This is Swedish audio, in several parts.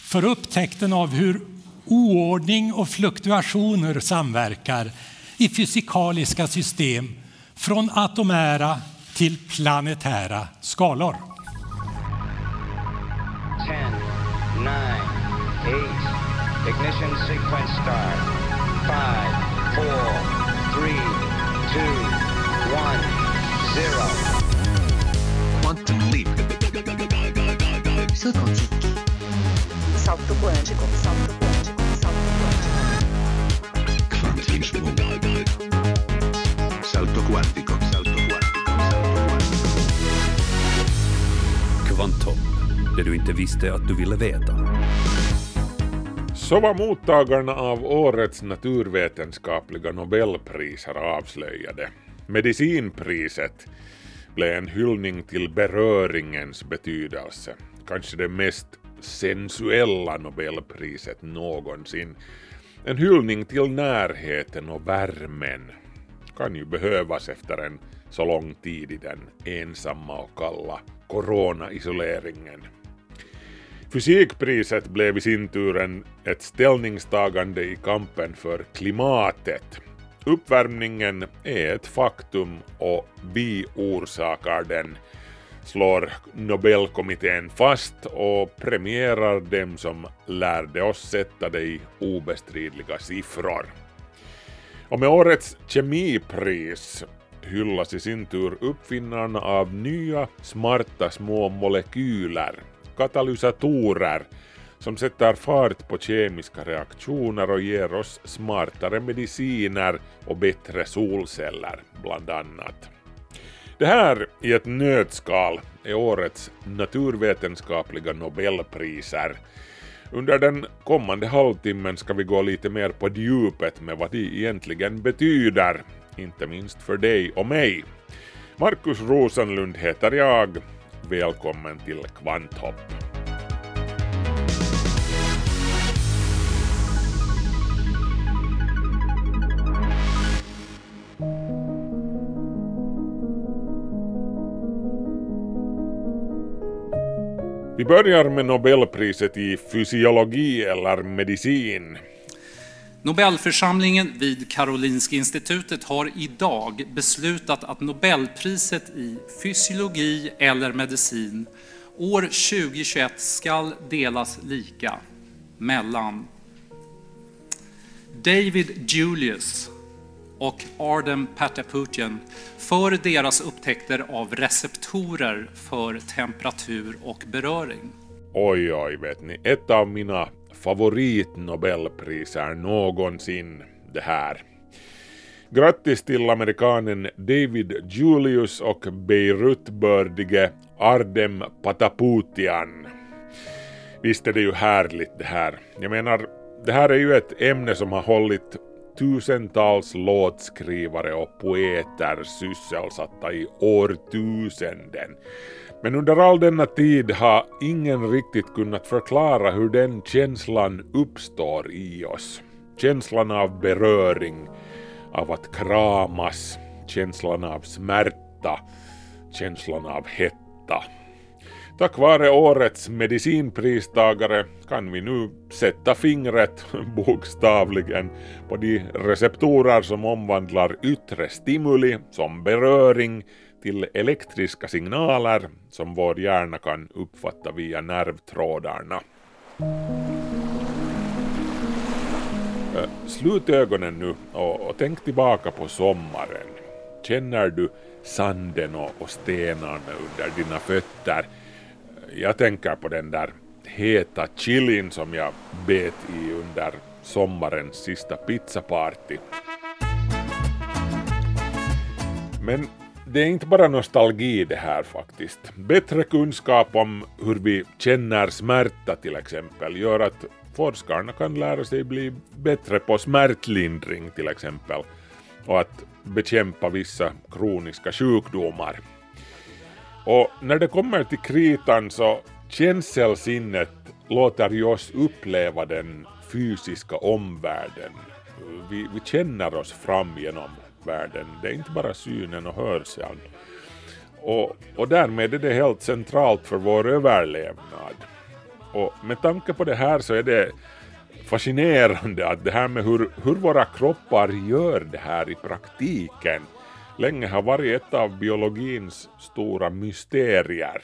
för upptäckten av hur oordning och fluktuationer samverkar i fysikaliska system från atomära till planetära skalor. 10, 9, 8, ignition sequence start. 5, 4, 3, 2, 1, 0. Quantum leap. Salto quântico. Salto quântico. Salto quântico. Salto quântico. Kvantinsprung. Salto quantico. Salto quantico. Salto quantico. Kvantum. Det du inte visste att du ville veta. Så var mottagarna av årets naturvetenskapliga Nobelpriser avslöjade. Medicinpriset blev en hyllning till beröringens betydelse. Kanske det mest sensuella Nobelpriset någonsin. En hyllning till närheten och värmen. Kan ju behövas efter en så lång tid i den ensamma och kalla corona-isoleringen. Fysikpriset blev i sin tur ett ställningstagande i kampen för klimatet. Uppvärmningen är ett faktum och vi orsakar den, slår Nobelkommittén fast och premierar dem som lärde oss sätta det i obestridliga siffror. Och med årets kemipris hyllas i sin tur uppfinnarna av nya smarta små molekyler, katalysatorer, som sätter fart på kemiska reaktioner och ger oss smartare mediciner och bättre solceller bland annat. Det här i ett nötskal är årets naturvetenskapliga Nobelpriser. Under den kommande halvtimmen ska vi gå lite mer på djupet med vad det egentligen betyder, inte minst för dig och mig. Markus Rosenlund heter jag. Välkommen till Kvanthopp. Vi börjar med Nobelpriset i fysiologi eller medicin. Nobelförsamlingen vid Karolinska institutet har idag beslutat att Nobelpriset i fysiologi eller medicin år 2021 ska delas lika mellan David Julius och Ardem Patapoutian för deras upptäckter av receptorer för temperatur och beröring. Oj, vet ni, ett av mina favoritnobelpriser någonsin det här. Grattis till amerikanen David Julius och Beirutbördige Ardem Patapoutian. Visst är det ju härligt det här. Jag menar, det här är ju ett ämne som har hållit tusentals låtskrivare och poeter sysselsatta i årtusenden. Men under all denna tid har ingen riktigt kunnat förklara hur den känslan uppstår i oss. Känslan av beröring, av att kramas, känslan av smärta, känslan av hetta. Tack vare årets medicinpristagare kan vi nu sätta fingret bokstavligen på de receptorer som omvandlar yttre stimuli som beröring till elektriska signaler som vår hjärna kan uppfatta via nervtrådarna. Slut ögonen nu och tänk tillbaka på sommaren. Känner du sanden och stenarna under dina fötter? Jag tänker på den där heta chilin som jag bet i under sommarens sista pizzaparty. Men det är inte bara nostalgi det här faktiskt. Bättre kunskap om hur vi känner smärta till exempel gör att forskarna kan lära sig bli bättre på smärtlindring till exempel och att bekämpa vissa kroniska sjukdomar. Och när det kommer till kritan så känselsinnet låter ju oss uppleva den fysiska omvärlden. Vi känner oss fram genom världen. Det är inte bara synen och hörseln. Och därmed är det helt centralt för vår överlevnad. Och med tanke på det här så är det fascinerande att det här med hur våra kroppar gör det här i praktiken länge har varit ett av biologins stora mysterier.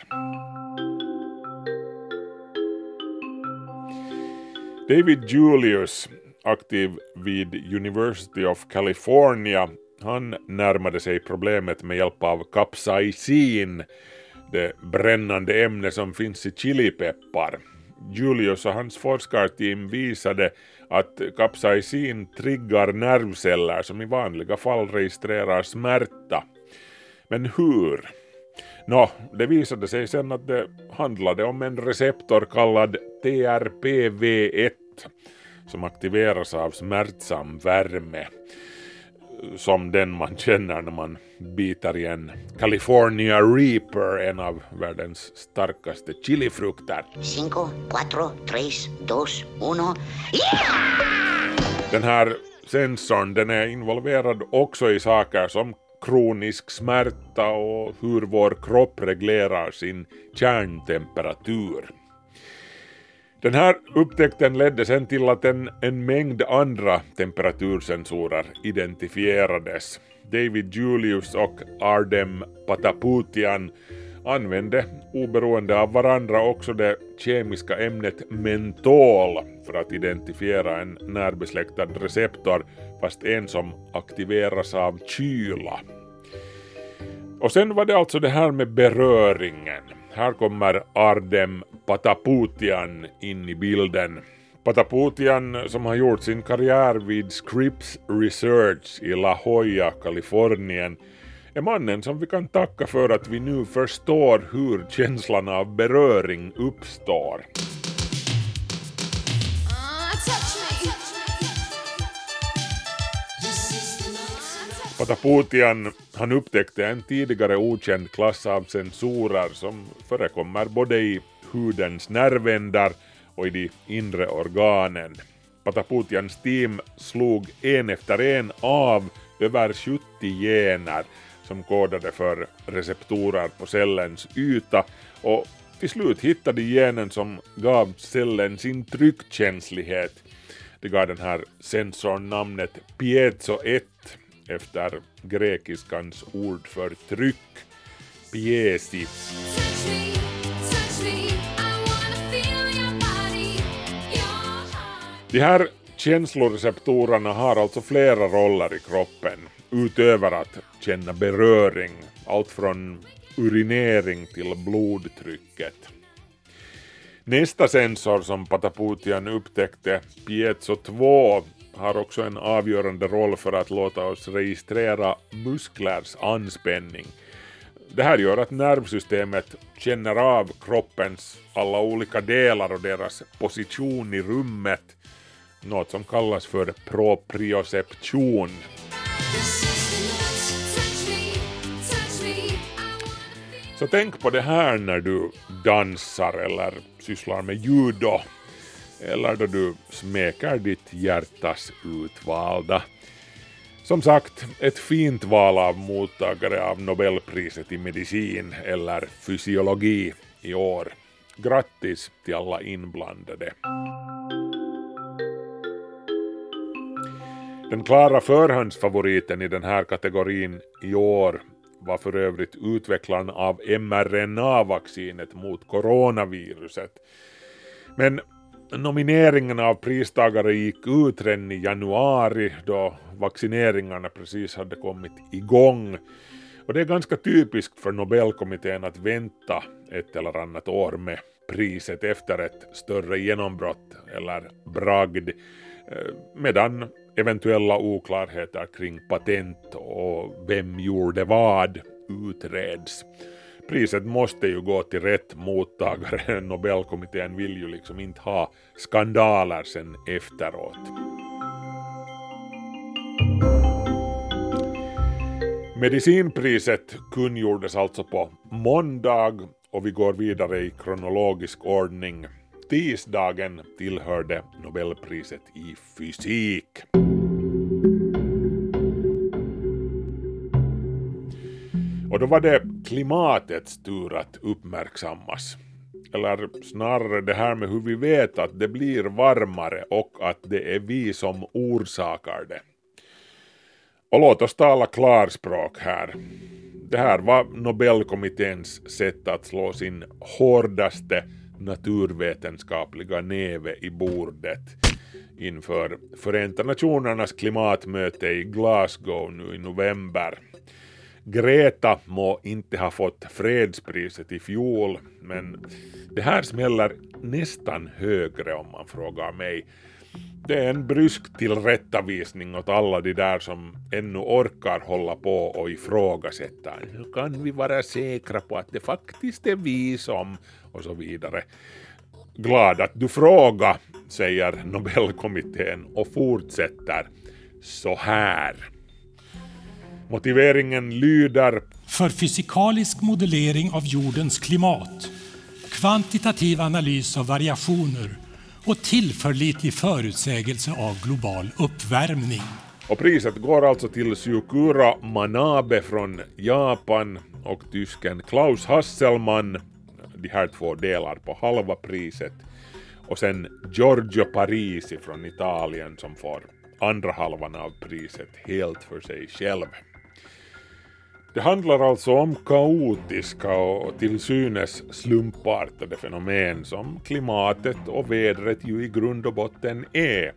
David Julius, aktiv vid University of California, han närmade sig problemet med hjälp av capsaicin, det brännande ämne som finns i chilipeppar. Julius och hans forskarteam visade att capsaicin triggar nervceller som i vanliga fall registrerar smärta. Men hur? Det visade sig sen att det handlade om en receptor kallad TRPV1 som aktiveras av smärtsam värme, som den man känner när man biter i en California Reaper, en av världens starkaste chilifrukter. 5, 4, 3, 2, 1. Den här sensorn, den är involverad också i saker som kronisk smärta och hur vår kropp reglerar sin kärntemperatur. Den här upptäckten ledde sen till att en mängd andra temperatursensorer identifierades. David Julius och Ardem Pataputian använde oberoende av varandra också det kemiska ämnet mentol för att identifiera en närbesläktad receptor, fast en som aktiveras av kyla. Och sen var det alltså det här med beröringen. Här kommer Ardem Pataputian in i bilden. Pataputian, som har gjort sin karriär vid Scripps Research i La Jolla, Kalifornien, är mannen som vi kan tacka för att vi nu förstår hur känslan av beröring uppstår. Pataputian, han upptäckte en tidigare okänd klass av sensorer som förekommer både i hudens nervändar och i de inre organen. Pataputians team slog en efter en av över 70 gener som kodade för receptorer på cellens yta, och till slut hittade genen som gav cellen sin tryckkänslighet. Det gav den här sensorn namnet Piezo 1 efter grekiskans ord för tryck, piesi. De här känsloreceptorerna har alltså flera roller i kroppen, utöver att känna beröring, allt från urinering till blodtrycket. Nästa sensor som Pataputian upptäckte, Piezo 2, har också en avgörande roll för att låta oss registrera musklers anspänning. Det här gör att nervsystemet känner av kroppens alla olika delar och deras position i rummet, något som kallas för proprioception. Så tänk på det här när du dansar eller sysslar med judo, eller då du smäker ditt hjärtas utvalda. Som sagt, ett fint val av mottagare av Nobelpriset i medicin eller fysiologi i år. Grattis till alla inblandade. Den klara förhandsfavoriten i den här kategorin i år var för övrigt utvecklaren av mRNA-vaccinet mot coronaviruset. Men nomineringen av pristagare gick ut redan i januari då vaccineringarna precis hade kommit igång. Och det är ganska typiskt för Nobelkommittén att vänta ett eller annat år med priset efter ett större genombrott eller bragd, medan eventuella oklarheter kring patent och vem gjorde vad utreds. Priset måste ju gå till rätt mottagare. Nobelkommittén vill ju liksom inte ha skandaler sen efteråt. Medicinpriset kungjordes alltså på måndag och vi går vidare i kronologisk ordning. Tisdagen tillhörde Nobelpriset i fysik. Och då var det klimatets tur att uppmärksammas. eller snarare det här med hur vi vet att det blir varmare och att det är vi som orsakar det. Och låt oss tala klarspråk här. Det här var Nobelkommitténs sätt att slå sin hårdaste naturvetenskapliga näve i bordet inför Förenta Nationernas klimatmöte i Glasgow nu i november. Greta må inte ha fått fredspriset i fjol, men det här smäller nästan högre om man frågar mig. Det är en brysk tillrättavisning åt alla de där som ännu orkar hålla på och ifrågasätta. Nu kan vi vara säkra på att det faktiskt är vi som, och så vidare. Glad att du frågar, säger Nobelkommittén och fortsätter så här. Motiveringen lyder: för fysikalisk modellering av jordens klimat, kvantitativ analys av variationer och tillförlitlig förutsägelse av global uppvärmning. Och priset går alltså till Syukuro Manabe från Japan och tysken Klaus Hasselmann. De här två delar på halva priset. Och sen Giorgio Parisi från Italien som får andra halvan av priset helt för sig själv. Det handlar alltså om kaotiska och till synes slumpartade fenomen som klimatet och vädret ju i grund och botten är.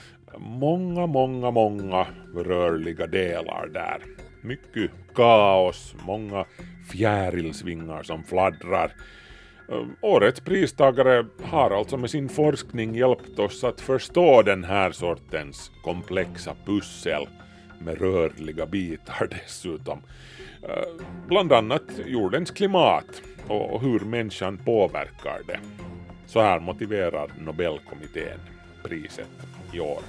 Många rörliga delar där. Mycket kaos, många fjärilsvingar som fladdrar. Årets pristagare har alltså med sin forskning hjälpt oss att förstå den här sortens komplexa pussel med rörliga bitar dessutom. Bland annat jordens klimat och hur människan påverkar det. Så här motiverar Nobelkommittén priset i år.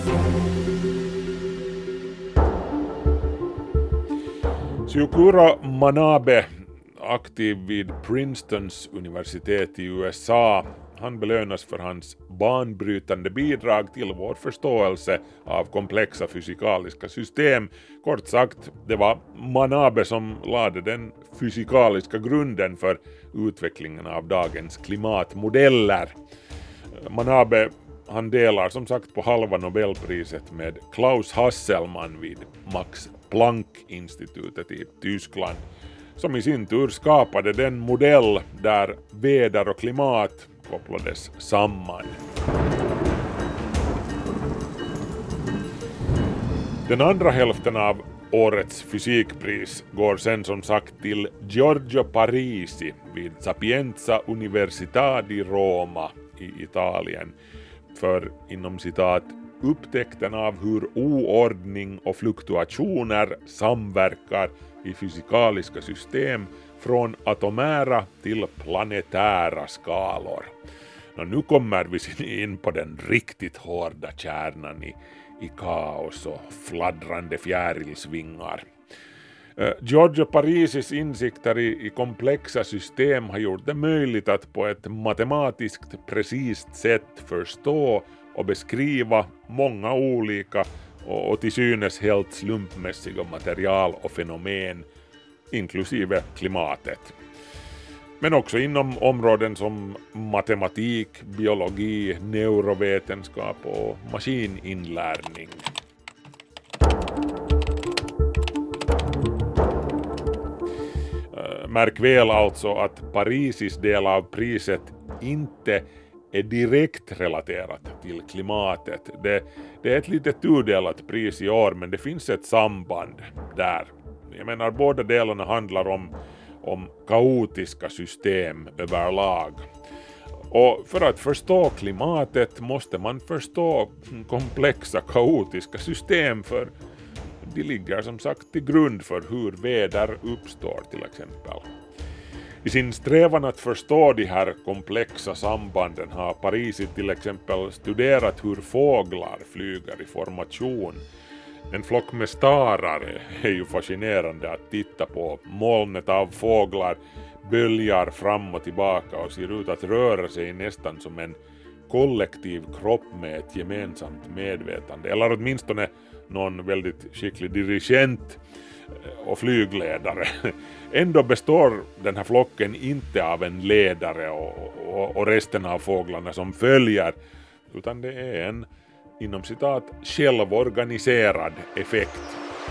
Syukuro Manabe, aktiv vid Princetons universitet i USA, han belönas för hans banbrytande bidrag till vår förståelse av komplexa fysikaliska system. Kort sagt, det var Manabe som lade den fysikaliska grunden för utvecklingen av dagens klimatmodeller. Manabe, han delar som sagt på halva Nobelpriset med Klaus Hasselmann vid Max Planck-institutet i Tyskland, som i sin tur skapade den modell där väder och klimat kopplades samman. Den andra hälften av årets fysikpris går sen som sagt till Giorgio Parisi vid Sapienza Università di Roma i Italien för, inom citat, upptäckten av hur oordning och fluktuationer samverkar i fysikaliska system från atomära till planetära skalor. Nu kommer vi in på den riktigt hårda kärnan i kaos och fladdrande fjärilsvingar. Giorgio Parisis insikter i komplexa system har gjort det möjligt att på ett matematiskt precist sätt förstå och beskriva många olika och till synes helt slumpmässiga material och fenomen, inklusive klimatet. Men också inom områden som matematik, biologi, neurovetenskap och maskininlärning. Märk väl alltså att Parisis del av priset inte är direkt relaterat till klimatet. Det är ett lite tudelat pris i år, men det finns ett samband där. Jag menar, båda delarna handlar om kaotiska system överlag. Och för att förstå klimatet måste man förstå komplexa kaotiska system, för de ligger som sagt till grund för hur väder uppstår till exempel. I sin strävan att förstå de här komplexa sambanden har Parisi till exempel studerat hur fåglar flyger i formation. En flock med starar är ju fascinerande att titta på. Molnet av fåglar böljar fram och tillbaka och ser ut att röra sig nästan som en kollektiv kropp med ett gemensamt medvetande. Eller åtminstone någon väldigt skicklig dirigent och flygledare. Ändå består den här flocken inte av en ledare och resten av fåglarna som följer, utan det är en, inom citat, självorganiserad effekt.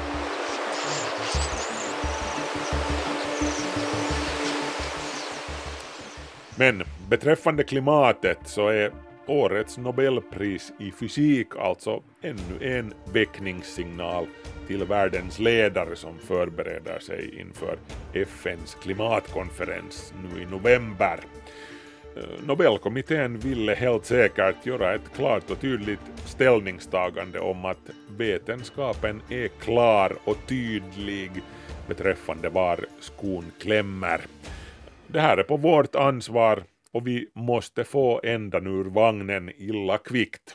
Men beträffande klimatet så är årets Nobelpris i fysik alltså ännu en väckningssignal till världens ledare som förbereder sig inför FNs klimatkonferens nu i november. Nobelkommittén ville helt säkert göra ett klart och tydligt ställningstagande om att vetenskapen är klar och tydlig beträffande var skon klämmer. Det här är på vårt ansvar och vi måste få ändan ur vagnen illa kvickt.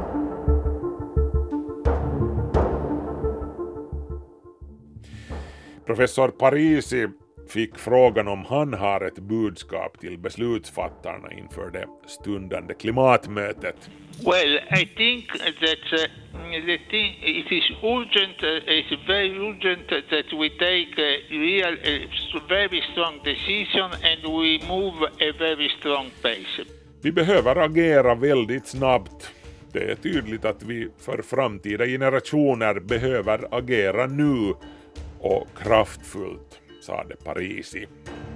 Professor Parisi fick frågan om han har ett budskap till beslutsfattarna inför det stundande klimatmötet. Well, I think that it is urgent, it's very urgent that we take a very strong decision and we move a very strong pace. Vi behöver agera väldigt snabbt. Det är tydligt att vi för framtida generationer behöver agera nu och kraftfullt, sade Parisi.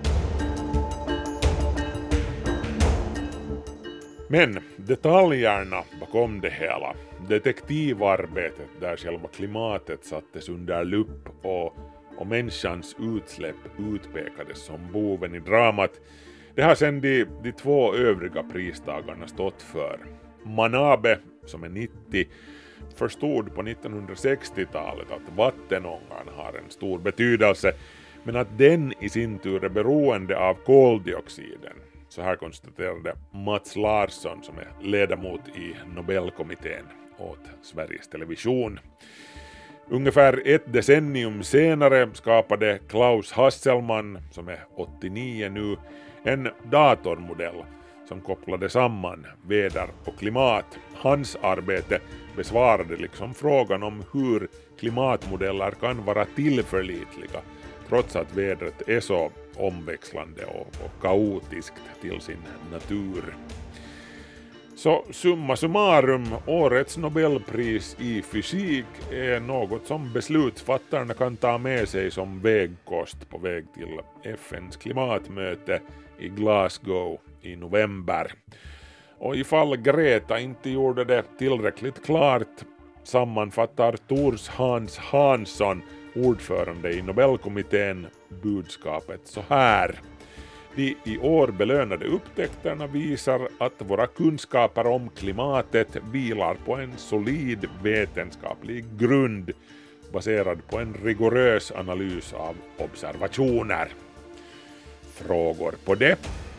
Men detaljerna bakom det hela, detektivarbetet där själva klimatet sattes under lupp och människans utsläpp utpekades som boven i dramat, det har sedan de två övriga pristagarna stått för. Manabe, som är 90, förstod på 1960-talet att vattenångan har en stor betydelse, men att den i sin tur är beroende av koldioxiden. Så här konstaterade Mats Larsson, som är ledamot i Nobelkommittén åt Sveriges Television. Ungefär ett decennium senare skapade Klaus Hasselmann, som är 89 nu, en datormodell som kopplade samman väder och klimat. Hans arbete besvarade liksom frågan om hur klimatmodeller kan vara tillförlitliga trots att vädret är så omväxlande och kaotiskt till sin natur. Så summa summarum, årets Nobelpris i fysik är något som beslutsfattarna kan ta med sig som vägkost på väg till FNs klimatmöte i Glasgow i november. Och ifall Greta inte gjorde det tillräckligt klart sammanfattar Tors Hans Hansson, ordförande i Nobelkommittén, budskapet så här. De i år belönade upptäckterna visar att våra kunskaper om klimatet vilar på en solid vetenskaplig grund baserad på en rigorös analys av observationer. Frågor på det?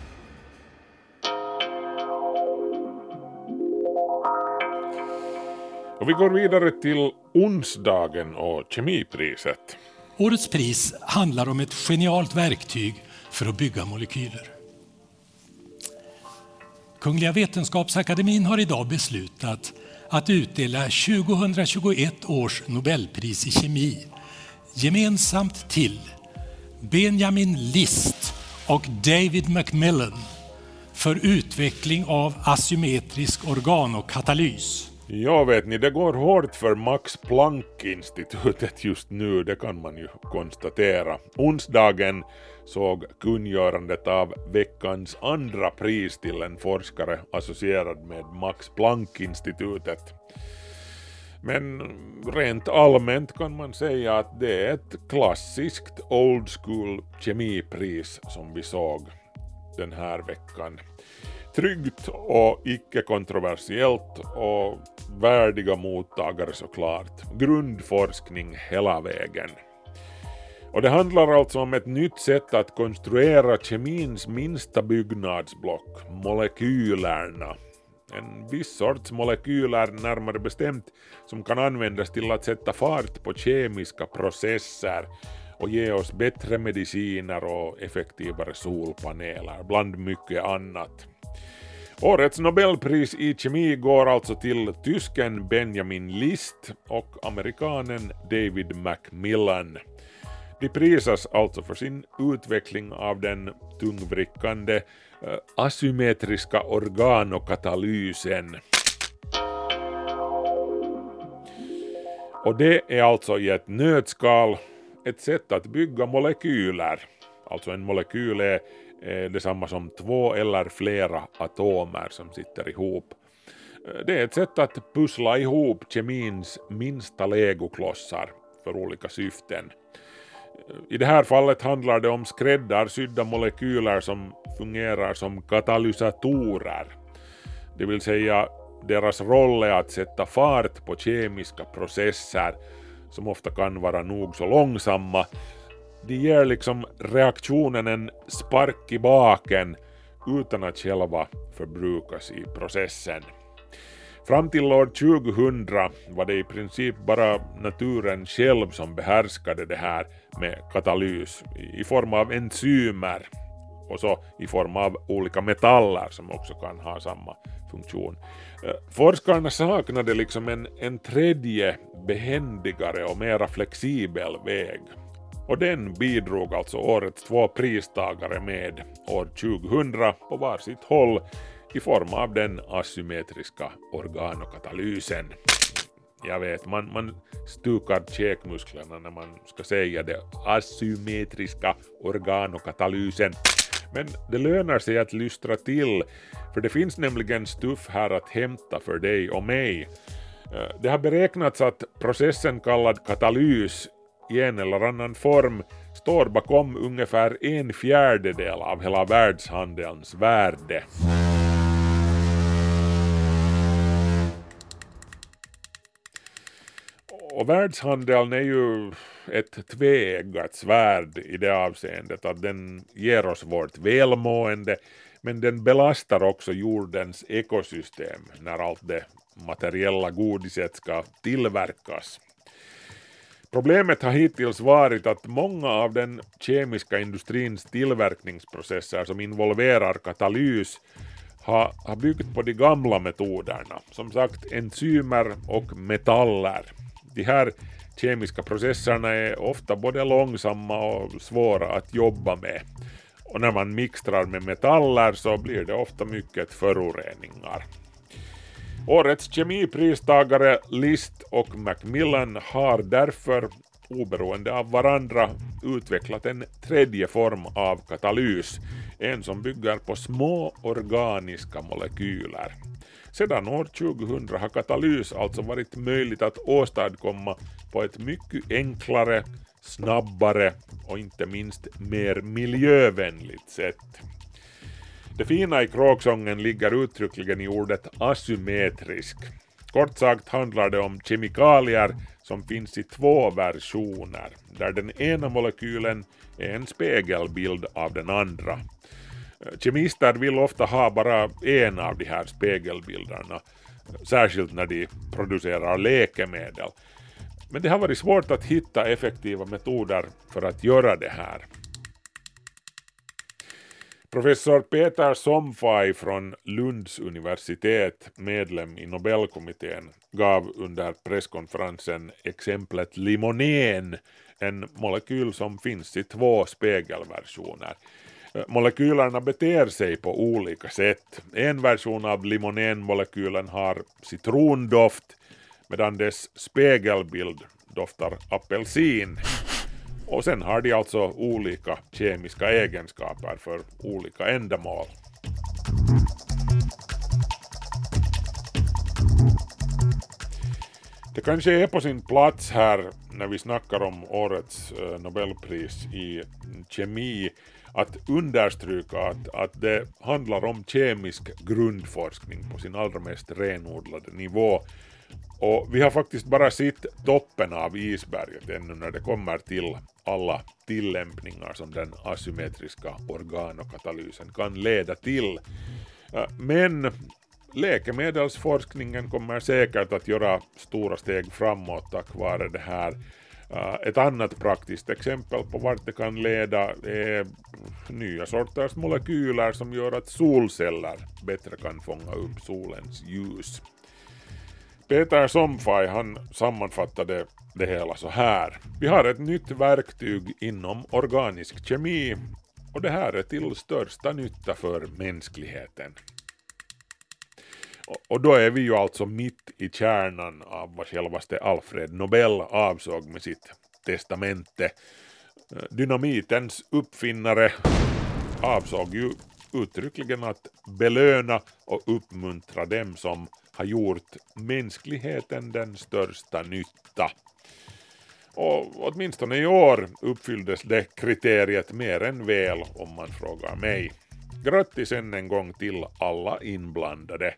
Och vi går vidare till onsdagen och kemipriset. Årets pris handlar om ett genialt verktyg för att bygga molekyler. Kungliga Vetenskapsakademin har idag beslutat att utdela 2021 års Nobelpris i kemi gemensamt till Benjamin List och David Macmillan för utveckling av asymmetrisk organokatalys. Ja, vet ni, det går hårt för Max Planck-institutet just nu, det kan man ju konstatera. Onsdagen såg kungörandet av veckans andra pris till en forskare associerad med Max Planck-institutet. Men rent allmänt kan man säga att det är ett klassiskt old school kemipris som vi såg den här veckan. Tryggt och icke-kontroversiellt och värdiga mottagare såklart. Grundforskning hela vägen. Och det handlar alltså om ett nytt sätt att konstruera kemins minsta byggnadsblock, molekylerna. En viss sorts molekyler närmare bestämt som kan användas till att sätta fart på kemiska processer och ge oss bättre mediciner och effektivare solpaneler, bland mycket annat. Årets Nobelpris i kemi går alltså till tysken Benjamin List och amerikanen David Macmillan. De prisas alltså för sin utveckling av den tungvrickande asymmetriska organokatalysen. Och det är alltså i ett nötskal ett sätt att bygga molekyler. Alltså en molekyl är detsamma som 2 eller flera atomer som sitter ihop. Det är ett sätt att pussla ihop kemins minsta legoklossar för olika syften. I det här fallet handlar det om skräddarsydda molekyler som fungerar som katalysatorer. Det vill säga deras roll är att sätta fart på kemiska processer som ofta kan vara nog så långsamma. De ger liksom reaktionen en spark i baken utan att själva förbrukas i processen. Fram till år 2000 var det i princip bara naturen själv som behärskade det här med katalys i form av enzymer och så i form av olika metaller som också kan ha samma funktion. Forskarna saknade liksom en tredje behändigare och mera flexibel väg. Och den bidrog alltså årets 2 pristagare med år 2000 på varsitt håll i form av den asymmetriska organokatalysen. Jag vet, man stukar käkmusklerna när man ska säga det, asymmetriska organokatalysen. Men det lönar sig att lystra till, för det finns nämligen stuff här att hämta för dig och mig. Det har beräknats att processen kallad katalys i en eller annan form står bakom ungefär 1/4 av hela världshandelns värde. Och världshandeln är ju ett tveeggat svärd i det avseendet att den ger oss vårt välmående, men den belastar också jordens ekosystem när allt det materiella godiset ska tillverkas. Problemet har hittills varit att många av den kemiska industrins tillverkningsprocesser som involverar katalys har byggt på de gamla metoderna, som sagt enzymer och metaller. De här kemiska processerna är ofta både långsamma och svåra att jobba med. Och när man mixtrar med metaller så blir det ofta mycket föroreningar. Årets kemipristagare List och Macmillan har därför, oberoende av varandra, utvecklat en tredje form av katalys, en som bygger på små organiska molekyler. Sedan år 2000 har katalys alltså varit möjligt att åstadkomma på ett mycket enklare, snabbare och inte minst mer miljövänligt sätt. Det fina i kråksången ligger uttryckligen i ordet asymmetrisk. Kort sagt handlar det om kemikalier som finns i 2 versioner, där den ena molekylen är en spegelbild av den andra. Kemister vill ofta ha bara en av de här spegelbilderna, särskilt när de producerar läkemedel. Men det har varit svårt att hitta effektiva metoder för att göra det här. Professor Peter Somfay från Lunds universitet, medlem i Nobelkommittén, gav under presskonferensen exemplet limonen, en molekyl som finns i 2 spegelversioner. Molekylerna beter sig på olika sätt. En version av limonenmolekylen har citrondoft, medan dess spegelbild doftar apelsin. Och sen har de alltså olika kemiska egenskaper för olika ändamål. Det kanske är på sin plats här när vi snackar om årets Nobelpris i kemi att understryka att det handlar om kemisk grundforskning på sin allra mest renodlade nivå. Och vi har faktiskt bara sett toppen av isberget ännu när det kommer till alla tillämpningar som den asymmetriska organokatalysen kan leda till. Men läkemedelsforskningen kommer säkert att göra stora steg framåt tack vare det här. Ett annat praktiskt exempel på vart det kan leda är nya sorters molekyler som gör att solceller bättre kan fånga upp solens ljus. Peter Somfaj, han sammanfattade det hela så här. Vi har ett nytt verktyg inom organisk kemi och det här är till största nytta för mänskligheten. Och då är vi ju alltså mitt i kärnan av vad självaste Alfred Nobel avsåg med sitt testamente. Dynamitens uppfinnare avsåg ju uttryckligen att belöna och uppmuntra dem som har gjort mänskligheten den största nytta. Och åtminstone i år uppfylldes det kriteriet mer än väl om man frågar mig. Grattis än en gång till alla inblandade.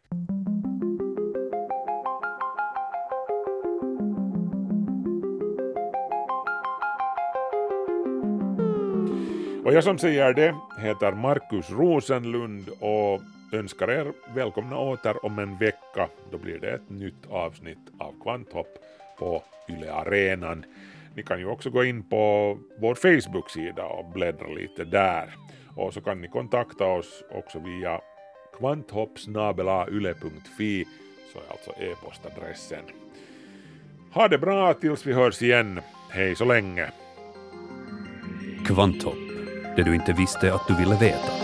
Och jag som säger det heter Markus Rosenlund och önskar er välkomna åter om en vecka. Då blir det ett nytt avsnitt av Kvanthopp på Yle Arenan. Ni kan ju också gå in på vår Facebook-sida och bläddra lite där. Och så kan ni kontakta oss också via kvanthopp@yle.fi, så är alltså e-postadressen. Ha det bra tills vi hörs igen. Hej så länge. Kvanthopp, det du inte visste att du ville veta.